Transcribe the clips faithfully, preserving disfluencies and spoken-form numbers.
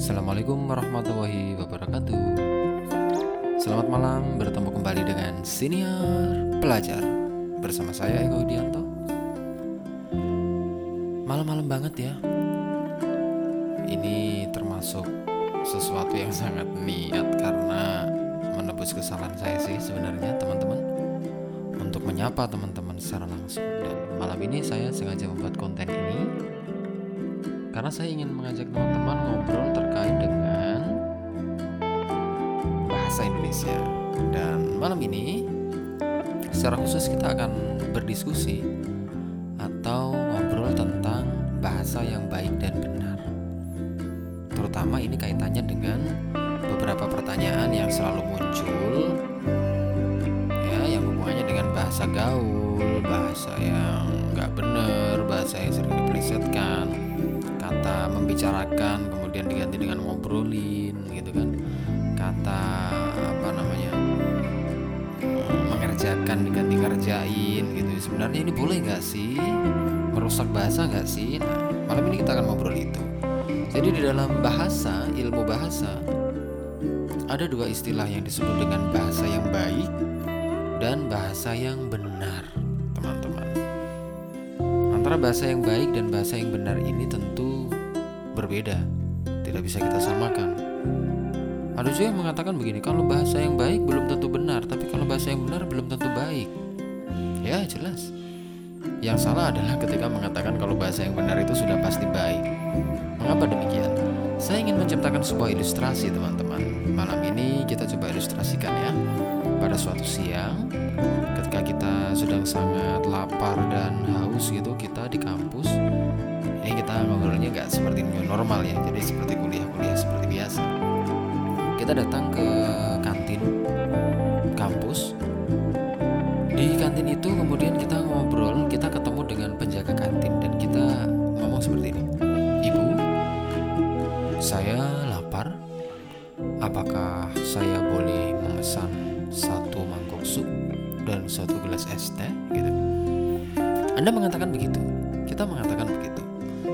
Assalamualaikum warahmatullahi wabarakatuh. Selamat malam, bertemu kembali dengan Senior Pelajar bersama saya Eko Widianto. Malam-malam banget ya. Ini termasuk sesuatu yang sangat niat karena menebus kesalahan saya sih sebenarnya teman-teman, untuk menyapa teman-teman secara langsung. Dan malam ini saya sengaja membuat konten ini karena saya ingin mengajak teman-teman ngobrol terkait dengan bahasa Indonesia. Dan malam ini secara khusus kita akan berdiskusi atau ngobrol tentang bahasa yang baik dan benar. Terutama ini kaitannya dengan beberapa pertanyaan yang selalu muncul ya, yang hubungannya dengan bahasa gaul, bahasa yang gak benar, bahasa yang sering diplesetkan, kata membicarakan kemudian diganti dengan ngobrolin gitu kan, kata apa namanya mengerjakan diganti ngerjain gitu. Sebenarnya ini boleh nggak sih, merusak bahasa nggak sih? Nah, malam ini kita akan ngobrol itu. Jadi di dalam bahasa, ilmu bahasa, ada dua istilah yang disebut dengan bahasa yang baik dan bahasa yang benar, teman-teman. Antara bahasa yang baik dan bahasa yang benar ini tentu berbeda, tidak bisa kita samakan. Ada juga yang mengatakan begini, kalau bahasa yang baik belum tentu benar, tapi kalau bahasa yang benar belum tentu baik. Ya jelas, yang salah adalah ketika mengatakan kalau bahasa yang benar itu sudah pasti baik. Mengapa demikian? Saya ingin menciptakan sebuah ilustrasi teman-teman. Malam ini kita coba ilustrasikan ya. Pada suatu siang, ketika kita sedang sangat lapar dan haus gitu, kita di kampus. Ini kita ngobrolnya nggak seperti new normal ya, jadi seperti kuliah-kuliah seperti biasa. Kita datang ke kantin kampus. Di kantin itu kemudian kita ngobrol, kita ketemu dengan penjaga kantin dan kita ngomong seperti ini. Ibu, saya lapar. Apakah saya boleh memesan satu mangkok sup dan satu gelas es teh gitu? Anda mengatakan begitu, kita mengatakan begitu.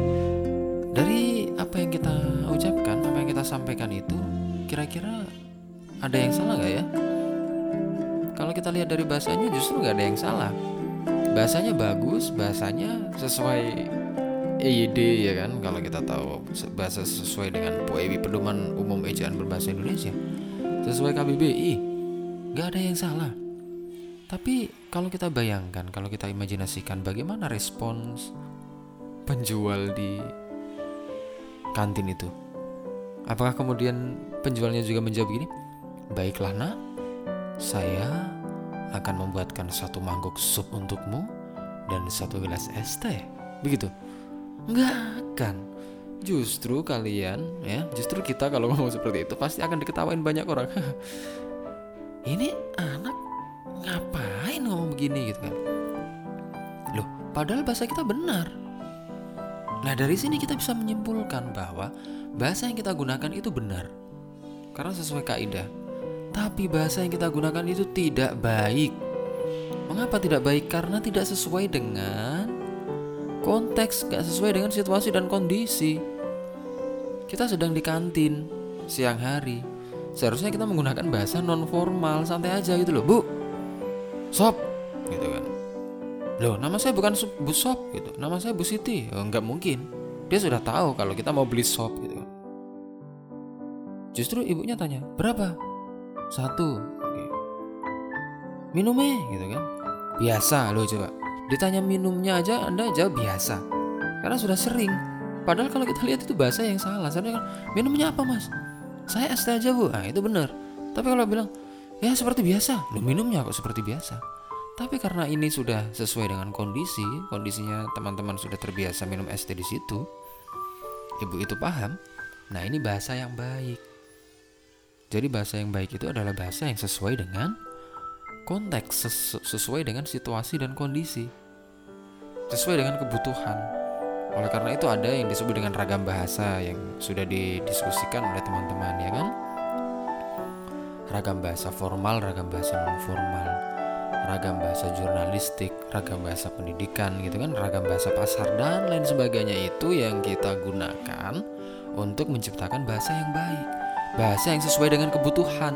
Dari apa yang kita ucapkan, apa yang kita sampaikan itu, kira-kira ada yang salah gak ya? Kalau kita lihat dari bahasanya justru gak ada yang salah. Bahasanya bagus, bahasanya sesuai E Y D ya kan. Kalau kita tahu bahasa sesuai dengan P U E I, Pedoman Umum Ejaan Berbahasa Indonesia, sesuai K B B I, gak ada yang salah. Tapi kalau kita bayangkan, kalau kita imajinasikan bagaimana respons penjual di kantin itu, apakah kemudian penjualnya juga menjawab begini, baiklah nak, saya akan membuatkan satu mangkok sup untukmu dan satu gelas es teh, begitu? Nggak akan. Justru kalian ya, justru kita kalau ngomong seperti itu pasti akan diketawain banyak orang. Ini anak ngapain ngomong begini gitu kan? Loh, padahal bahasa kita benar. Nah dari sini kita bisa menyimpulkan bahwa bahasa yang kita gunakan itu benar karena sesuai kaidah. Tapi bahasa yang kita gunakan itu tidak baik. Mengapa tidak baik? Karena tidak sesuai dengan konteks, gak sesuai dengan situasi dan kondisi. Kita sedang di kantin siang hari, seharusnya kita menggunakan bahasa non formal, santai aja gitu loh. Bu, sop gitu kan. Loh, nama saya bukan Bu Sop gitu, nama saya Bu Siti. Oh, nggak mungkin. Dia sudah tahu kalau kita mau beli sop gitu kan. Justru ibunya tanya, berapa? Satu. Oke. Minumnya gitu kan. Biasa loh, coba ditanya minumnya aja Anda jawab biasa, karena sudah sering. Padahal kalau kita lihat itu bahasa yang salah. Sebenarnya kan, minumnya apa mas? Saya es teh aja bu. Nah itu benar. Tapi kalau bilang ya seperti biasa, lo minumnya kok seperti biasa. Tapi karena ini sudah sesuai dengan kondisi, kondisinya teman-teman sudah terbiasa minum es teh di situ, ibu itu paham. Nah ini bahasa yang baik. Jadi bahasa yang baik itu adalah bahasa yang sesuai dengan konteks, sesu- sesuai dengan situasi dan kondisi, sesuai dengan kebutuhan. Oleh karena itu ada yang disebut dengan ragam bahasa yang sudah didiskusikan oleh teman-teman ya kan. Ragam bahasa formal, ragam bahasa non formal, ragam bahasa jurnalistik, ragam bahasa pendidikan gitu kan, ragam bahasa pasar dan lain sebagainya. Itu yang kita gunakan untuk menciptakan bahasa yang baik, bahasa yang sesuai dengan kebutuhan.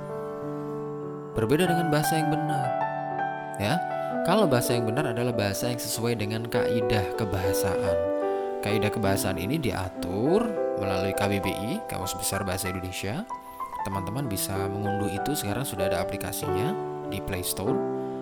Berbeda dengan bahasa yang benar. Ya, kalau bahasa yang benar adalah bahasa yang sesuai dengan kaidah kebahasaan. Kaidah kebahasaan ini diatur melalui K B B I, Kamus Besar Bahasa Indonesia. Teman-teman bisa mengunduh itu, sekarang sudah ada aplikasinya di Play Store.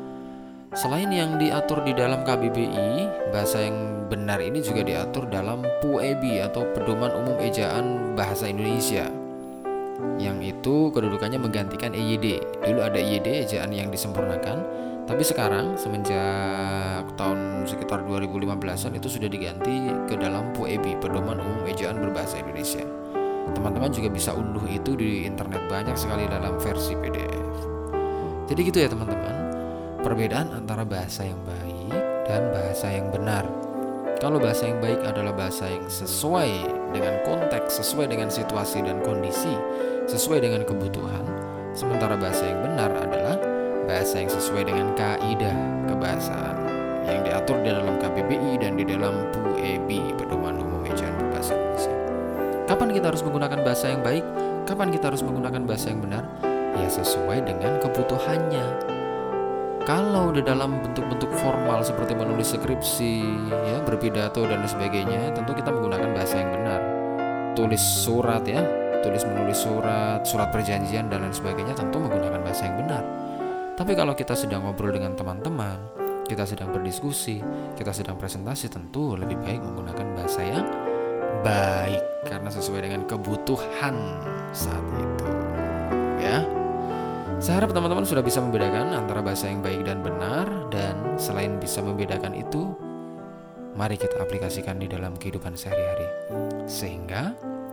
Selain yang diatur di dalam K B B I, bahasa yang benar ini juga diatur dalam P U E B I atau Pedoman Umum Ejaan Bahasa Indonesia, yang itu kedudukannya menggantikan E Y D. Dulu ada E Y D, ejaan yang disempurnakan, tapi sekarang semenjak tahun sekitar dua ribu lima belasan itu sudah diganti ke dalam P U E B I, Pedoman Umum Ejaan Berbahasa Indonesia. Teman-teman juga bisa unduh itu di internet, banyak sekali dalam versi P D F. Jadi gitu ya teman-teman, perbedaan antara bahasa yang baik dan bahasa yang benar. Kalau bahasa yang baik adalah bahasa yang sesuai dengan konteks, sesuai dengan situasi dan kondisi, sesuai dengan kebutuhan. Sementara bahasa yang benar adalah bahasa yang sesuai dengan kaidah kebahasaan yang diatur di dalam K B B I dan di dalam P U E B I, Pedoman Umum Ejaan Berbahasa Indonesia. Kapan kita harus menggunakan bahasa yang baik? Kapan kita harus menggunakan bahasa yang benar? Ya sesuai dengan kebutuhannya. Kalau di dalam bentuk-bentuk formal seperti menulis skripsi, ya, berpidato dan sebagainya, tentu kita menggunakan bahasa yang benar. Tulis surat ya, tulis menulis surat, surat perjanjian dan lain sebagainya, tentu menggunakan bahasa yang benar. Tapi kalau kita sedang ngobrol dengan teman-teman, kita sedang berdiskusi, kita sedang presentasi, tentu lebih baik menggunakan bahasa yang baik karena sesuai dengan kebutuhan saat itu. Ya. Saya harap teman-teman sudah bisa membedakan antara bahasa yang baik dan benar, dan selain bisa membedakan itu, mari kita aplikasikan di dalam kehidupan sehari-hari sehingga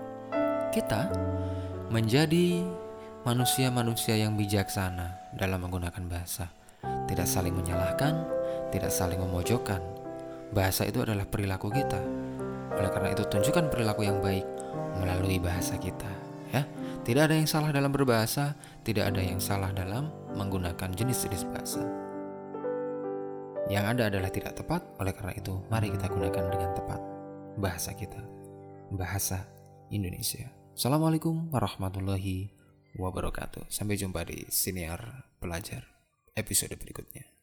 kita menjadi manusia-manusia yang bijaksana dalam menggunakan bahasa, tidak saling menyalahkan, tidak saling memojokkan. Bahasa itu adalah perilaku kita. Oleh karena itu, tunjukkan perilaku yang baik melalui bahasa kita, ya. Tidak ada yang salah dalam berbahasa, tidak ada yang salah dalam menggunakan jenis-jenis bahasa. Yang ada adalah tidak tepat, oleh karena itu mari kita gunakan dengan tepat bahasa kita, bahasa Indonesia. Assalamualaikum warahmatullahi wabarakatuh. Sampai jumpa di Siniar Pelajar episode berikutnya.